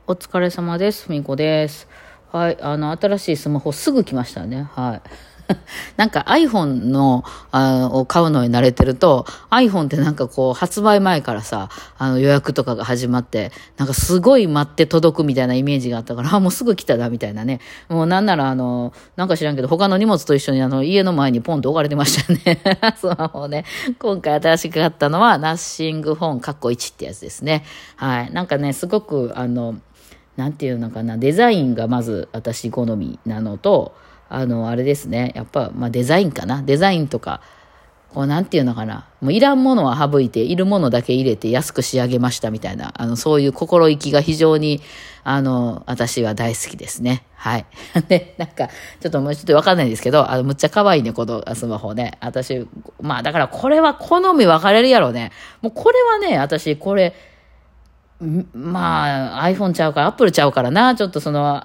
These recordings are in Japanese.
お疲れ様です。ふみこです。はい。新しいスマホすぐ来ましたね。はい。なんか iPhone の、を買うのに慣れてると、iPhone ってなんかこう、発売前からさ、予約とかが始まって、なんかすごい待って届くみたいなイメージがあったから、もうすぐ来たな、みたいなね。もうなんならなんか知らんけど、他の荷物と一緒に家の前にポンと置かれてましたね。スマホね。今回新しく買ったのは、ナッシングフォンカッコ1ってやつですね。はい。なんかね、すごく、なんていうのかな、デザインがまず私好みなのと、あれですね、やっぱ、デザインかな。デザインとか、こうなんていうのかな、もういらんものは省いて、いるものだけ入れて安く仕上げましたみたいな、そういう心意気が非常に、私は大好きですね。はい。で、なんか、ちょっとわかんないですけど、むっちゃ可愛いね、このスマホね。私、だからこれは好み分かれるやろうね。もうこれはね、私、これ、iPhone ちゃうから、Apple ちゃうからな、ちょっと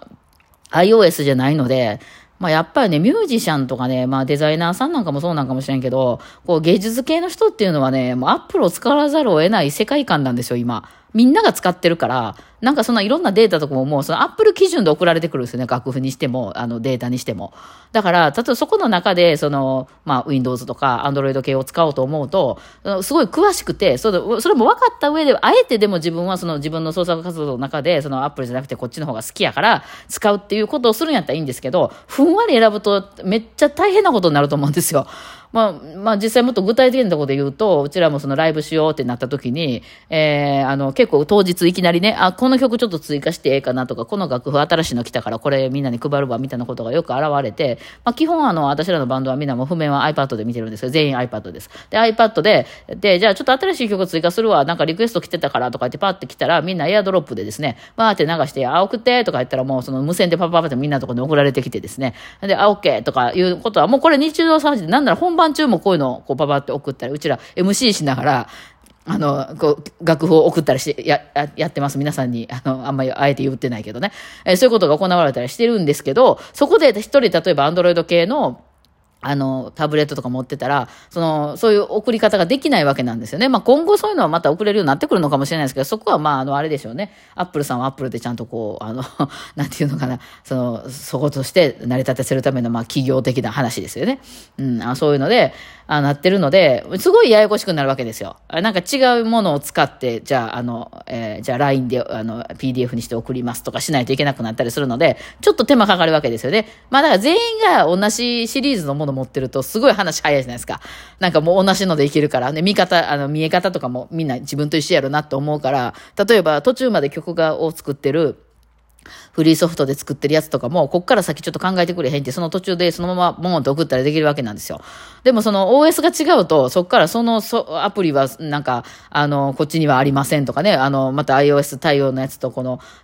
iOS じゃないので、やっぱりね、ミュージシャンとかね、デザイナーさんなんかもそうなんかもしれんけど、こう芸術系の人っていうのはね、もう Apple を使わざるを得ない世界観なんですよ、今。みんなが使ってるから、なんかそのいろんなデータとかももうその Apple 基準で送られてくるんですよね、楽譜にしても、データにしても。だから、例えばそこの中で、Windows とか Android 系を使おうと思うと、すごい詳しくて、それも分かった上で、あえてでも自分は自分の創作活動の中で、Apple じゃなくてこっちの方が好きやから使うっていうことをするんやったらいいんですけど、ふんわり選ぶとめっちゃ大変なことになると思うんですよ。実際もっと具体的なところで言うと、うちらもライブしようってなった時に、結構当日いきなりね、この曲ちょっと追加してええかなとか、この楽譜新しいの来たからこれみんなに配るわみたいなことがよく現れて、基本私らのバンドはみんなも譜面は iPad で見てるんですよ。全員 iPad です。で、iPad で、じゃあちょっと新しい曲追加するわ、なんかリクエスト来てたからとか言ってパッて来たら、みんなエアドロップでですね、バーって流して、送ってとか言ったらもう無線でパパパってみんなのところに送られてきてですね、で、OK とかいうことは、もうこれ日常茶飯事で、なんなら本番中もこういうのをこうパパって送ったり、うちら MC しながら、楽譜を送ったりやってます。皆さんに、あんまりあえて言ってないけどね。そういうことが行われたりしてるんですけど、そこで一人、例えばアンドロイド系のタブレットとか持ってたら、そういう送り方ができないわけなんですよね。今後そういうのはまた送れるようになってくるのかもしれないですけど、そこはあれでしょうね。アップルさんはアップルでちゃんとこう、なんていうのかな、そことして成り立たせるための、企業的な話ですよね。そういうので、なってるので、すごいややこしくなるわけですよ。なんか違うものを使って、じゃあ LINE で、PDF にして送りますとかしないといけなくなったりするので、ちょっと手間かかるわけですよね。だから全員が同じシリーズのもの持ってると、すごい話早いじゃないですか。なんかもう同じのでいけるから、ね、見え方とかもみんな自分と一緒やろなと思うから、例えば途中まで曲を作ってる、フリーソフトで作ってるやつとかも、こっから先ちょっと考えてくれへんって、その途中でそのままボーンと送ったりできるわけなんですよ。でもOS が違うと、そっからアプリはなんか、こっちにはありませんとかね、また iOS 対応のやつと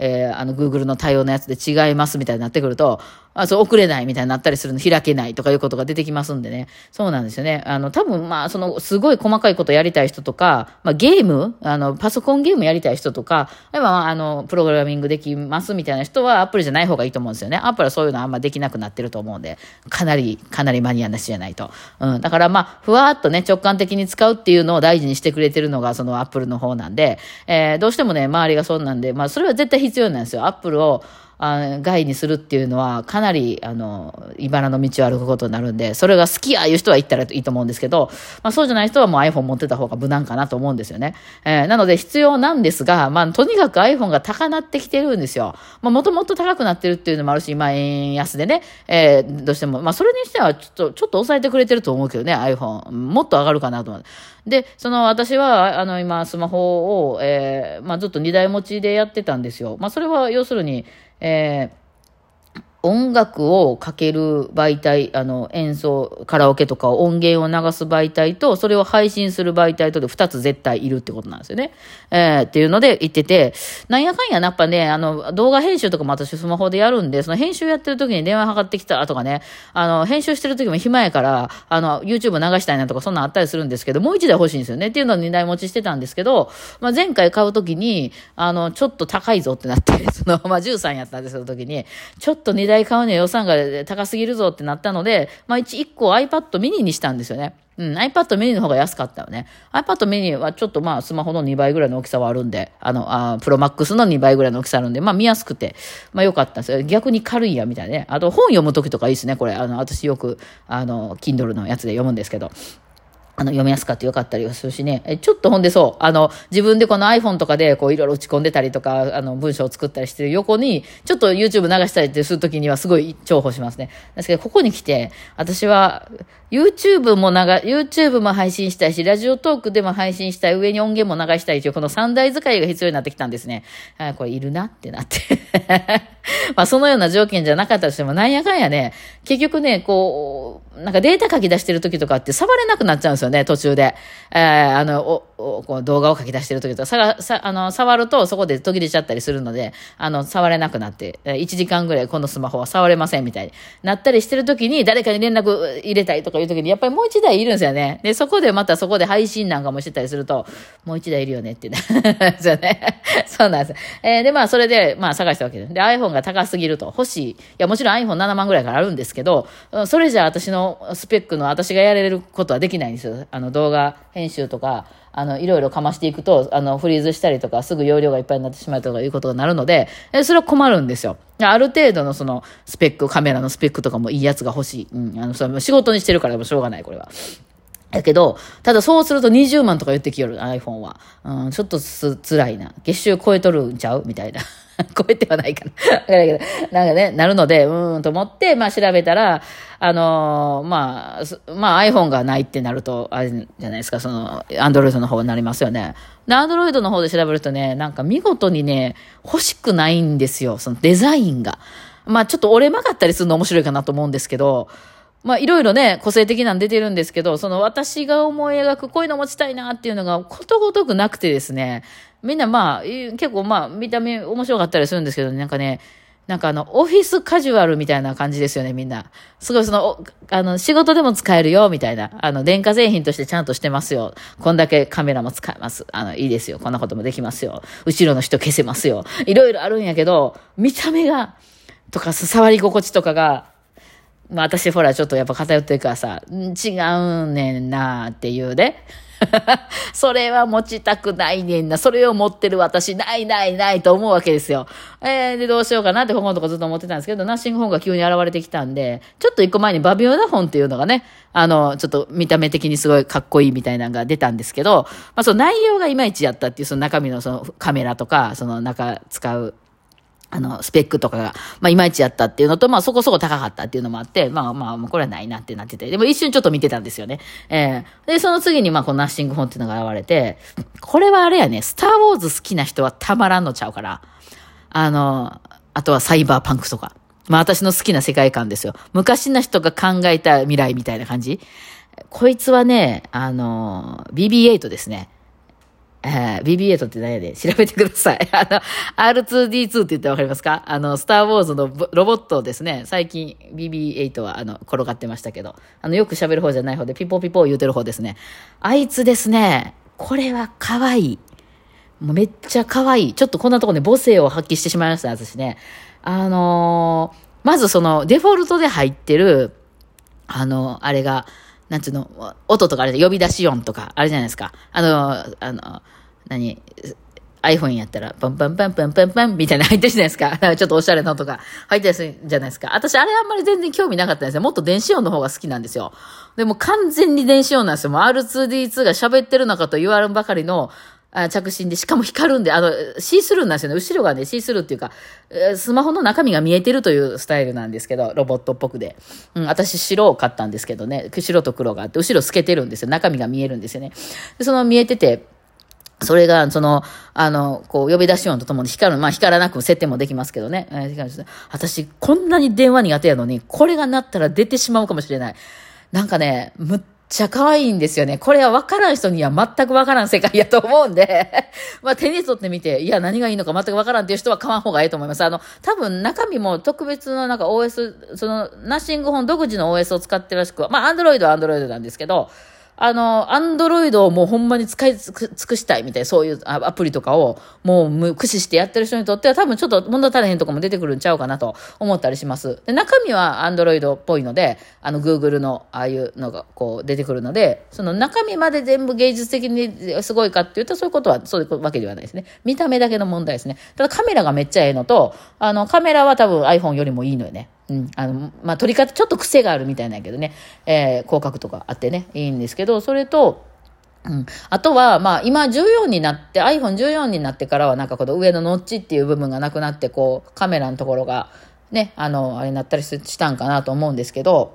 Google の対応のやつで違いますみたいになってくると、送れないみたいになったりするの、開けないとかいうことが出てきますんでね。そうなんですよね。多分すごい細かいことやりたい人とか、ゲーム、パソコンゲームやりたい人とか、プログラミングできますみたいな人はアップルじゃない方がいいと思うんですよね。アップルはそういうのあんまできなくなってると思うんで、かなりマニアなしじゃないと。だからふわーっとね、直感的に使うっていうのを大事にしてくれてるのがアップルの方なんで、どうしてもね、周りがそうなんで、それは絶対必要なんですよ。アップルを、害にするっていうのはかなり茨の道を歩くことになるんで、それが好きやいう人は言ったらいいと思うんですけど、そうじゃない人はもう iPhone 持ってた方が無難かなと思うんですよね。なので必要なんですが、とにかく iPhone が高なってきてるんですよ。もともと高くなってるっていうのもあるし、円安でね、どうしてもそれにしてはちょっと抑えてくれてると思うけどね、 iPhone もっと上がるかなと思う。で、私は今スマホを、ずっと2台持ちでやってたんですよ。それは要するに音楽をかける媒体、演奏、カラオケとか音源を流す媒体と、それを配信する媒体とで2つ絶対いるってことなんですよね。っていうので言ってて、なんやかんややっぱね、動画編集とかも私スマホでやるんで、その編集やってる時に電話かかってきたとかね、編集してる時も暇やから、YouTube 流したいなとかそんなんあったりするんですけど、もう1台欲しいんですよね。っていうのを2台持ちしてたんですけど、前回買う時に、ちょっと高いぞってなって、13やったんですよ、その時に。ちょっと2台買うには予算が高すぎるぞってなったので、1個 iPad mini にしたんですよね。 iPad mini の方が安かったよね。iPad mini はちょっとスマホの2倍ぐらいの大きさはあるんで、プロマックスの2倍ぐらいの大きさあるんで、見やすくて、良かったんですよ。逆に軽いや、みたいなね。あと本読むときとかいいですね、これ。私よく、Kindle のやつで読むんですけど。読みやすかったよかったりはするしね。ちょっとほんでそう、自分でこの iPhone とかでいろいろ打ち込んでたりとか、文章を作ったりしてる横に、ちょっと YouTube 流したりってするときにはすごい重宝しますね。ですけど、ここに来て、私は、YouTube も配信したいし、ラジオトークでも配信したい、上に音源も流したいという、この3台使いが必要になってきたんですね。これいるなってなって。そのような条件じゃなかったとしても、なんやかんやね、結局ね、なんかデータ書き出してる時とかって触れなくなっちゃうんですよね、途中で。こう動画を書き出してる時とか、触るとそこで途切れちゃったりするので、触れなくなって、1時間ぐらいこのスマホは触れませんみたいになったりしてる時に、誰かに連絡入れたいとかいう時に、やっぱりもう1台いるんですよね。で、そこで配信なんかもしてたりすると、もう1台いるよねってなるんですよね。そうなんです。で、それで、探したわけです。で、iPhone が高すぎると。欲しい。いや、もちろん iPhone7 万ぐらいからあるんですけど、それじゃ私のスペックの私がやれることはできないんですよ。動画編集とか、いろいろかましていくと、フリーズしたりとか、すぐ容量がいっぱいになってしまうとかいうことになるので、それは困るんですよ。ある程度のスペック、カメラのスペックとかもいいやつが欲しい。それ仕事にしてるからでもしょうがない、これは。だけど、ただそうすると20万とか言ってきよる、iPhone は。ちょっと辛いな。月収超えとるんちゃうみたいな。超えてはないかな。なんかね、なるので、と思って、調べたら、iPhone がないってなると、あれじゃないですか、Android の方になりますよね。で、Android の方で調べるとね、なんか見事にね、欲しくないんですよ、そのデザインが。ちょっと折れ曲がったりするの面白いかなと思うんですけど、いろいろね、個性的なの出てるんですけど、私が思い描くこういうの持ちたいなっていうのがことごとくなくてですね、みんな結構見た目面白かったりするんですけど、なんかね、オフィスカジュアルみたいな感じですよね、みんな。すごい仕事でも使えるよ、みたいな。電化製品としてちゃんとしてますよ。こんだけカメラも使えます。いいですよ。こんなこともできますよ。後ろの人消せますよ。いろいろあるんやけど、見た目が、とか触り心地とかが、私ほらちょっとやっぱ偏ってるからさ、違うねんなっていうね。それは持ちたくないねんな。それを持ってる私、ないと思うわけですよ。で、どうしようかなって本とかずっと思ってたんですけど、ナッシング本が急に現れてきたんで、ちょっと一個前にバビオナ本っていうのがね、ちょっと見た目的にすごいかっこいいみたいなのが出たんですけど、その内容がいまいちやったっていう、その中身のカメラとか、中使う、スペックとかが、いまいちやったっていうのと、そこそこ高かったっていうのもあって、これはないなってなってて、でも一瞬ちょっと見てたんですよね。で、その次に、このナッシング本っていうのが現れて、これはあれやね、スターウォーズ好きな人はたまらんのちゃうから、あとはサイバーパンクとか、私の好きな世界観ですよ。昔の人が考えた未来みたいな感じ。こいつはね、BB8 ですね。BB8 って何やで調べてください。R2D2 って言ってわかりますか？スターウォーズのロボットですね。最近 BB8 は転がってましたけど、よく喋る方じゃない方でピポピポ言うてる方ですね。あいつですね、これは可愛い。もうめっちゃ可愛い。ちょっとこんなとこね、母性を発揮してしまいました、私ね。まずデフォルトで入ってる、あれが、なんつうの、音とかあれで呼び出し音とか、あれじゃないですか。iPhone やったら、パンパンパンパンパンパンみたいな入ってるじゃないですか。ちょっとおしゃれな音が入ってるじゃないですか。私、あれあんまり全然興味なかったんですよ。もっと電子音の方が好きなんですよ。でも完全に電子音なんですよ。もう R2D2 が喋ってるのかと言われるばかりの、着信で、しかも光るんで、シースルーなんですよね。後ろがね、シースルーっていうか、スマホの中身が見えてるというスタイルなんですけど、ロボットっぽくで。私白を買ったんですけどね、白と黒があって、後ろ透けてるんですよ。中身が見えるんですよね。で、見えてて、それが、呼び出し音とともに光る。光らなく設定もできますけどね。私、こんなに電話苦手やのに、これが鳴ったら出てしまうかもしれない。なんかね、むっちゃ可愛いんですよね。これは分からん人には全く分からん世界やと思うんで、手に取ってみて、いや、何がいいのか全く分からんっていう人は買わん方がいいと思います。多分中身も特別なOS、ナッシング本独自の OS を使ってるらしく、Android は Android なんですけど、 アンドロイドをもうほんまに使い尽くしたいみたいな、そういうアプリとかをもう駆使してやってる人にとっては多分ちょっと物足りへんとこも出てくるんちゃうかなと思ったりします。で、中身はアンドロイドっぽいので、Google のああいうのがこう出てくるので、その中身まで全部芸術的にすごいかっていうと、そういうことは、そういうわけではないですね。見た目だけの問題ですね。ただカメラがめっちゃええのと、カメラは多分 iPhone よりもいいのよね。うん。撮り方ちょっと癖があるみたいなんやけどね。広角とかあってね、いいんですけど、それと、うん。あとは、今14になって、iPhone 14になってからはなんかこの上のノッチっていう部分がなくなって、こう、カメラのところがね、あれになったりしたんかなと思うんですけど、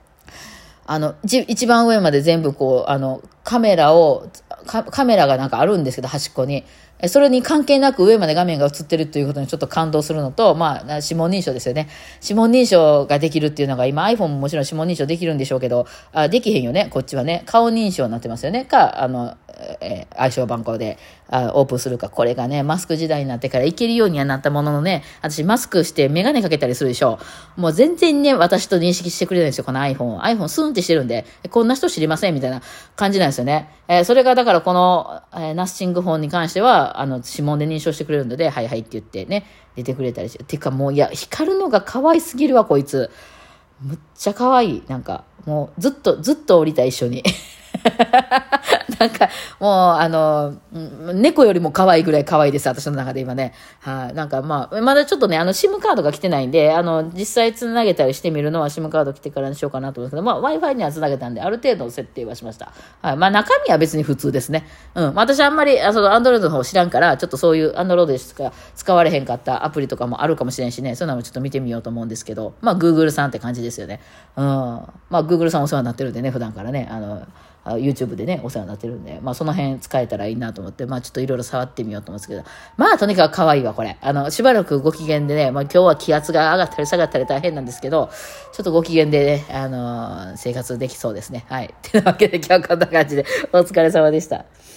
一番上まで全部こう、カメラがなんかあるんですけど、端っこに。それに関係なく上まで画面が映ってるということにちょっと感動するのと、指紋認証ですよね。指紋認証ができるっていうのが、今 iPhone ももちろん指紋認証できるんでしょうけど、できへんよね、こっちはね。顔認証になってますよね。暗証番号でオープンするか。これがね、マスク時代になってからいけるようにはなったもののね、私マスクしてメガネかけたりするでしょ。もう全然ね、私と認識してくれないんですよ、この iPhone スーンってしてるんで、こんな人知りませんみたいな感じなんですよね。それがだからこの、ナッシングフォンに関しては、指紋で認証してくれるので、はいはいって言ってね、出てくれたりして。てかもう、光るのが可愛すぎるわ、こいつ。むっちゃ可愛い。なんか、もうずっと降りた一緒に。なんか、もう、猫よりも可愛いぐらい可愛いです、私の中で今ね。はい、なんかまだちょっとね、SIM カードが来てないんで、実際つなげたりしてみるのは SIM カード来てからにしようかなと思うんですけど、Wi-Fi にはつなげたんで、ある程度設定はしました。はい、中身は別に普通ですね。うん。私あんまり、Android の方知らんから、ちょっとそういう Android でしか使われへんかったアプリとかもあるかもしれんしね、そういうのもちょっと見てみようと思うんですけど、Google さんって感じですよね。うん。Google さんお世話になってるんでね、普段からね、YouTube でね、お世話になってるんで、その辺使えたらいいなと思って、ちょっといろいろ触ってみようと思うんですけど、とにかく可愛いわ、これ。しばらくご機嫌でね、今日は気圧が上がったり下がったり大変なんですけど、ちょっとご機嫌でね、生活できそうですね。はい。ってなわけで今日はこんな感じで、お疲れ様でした。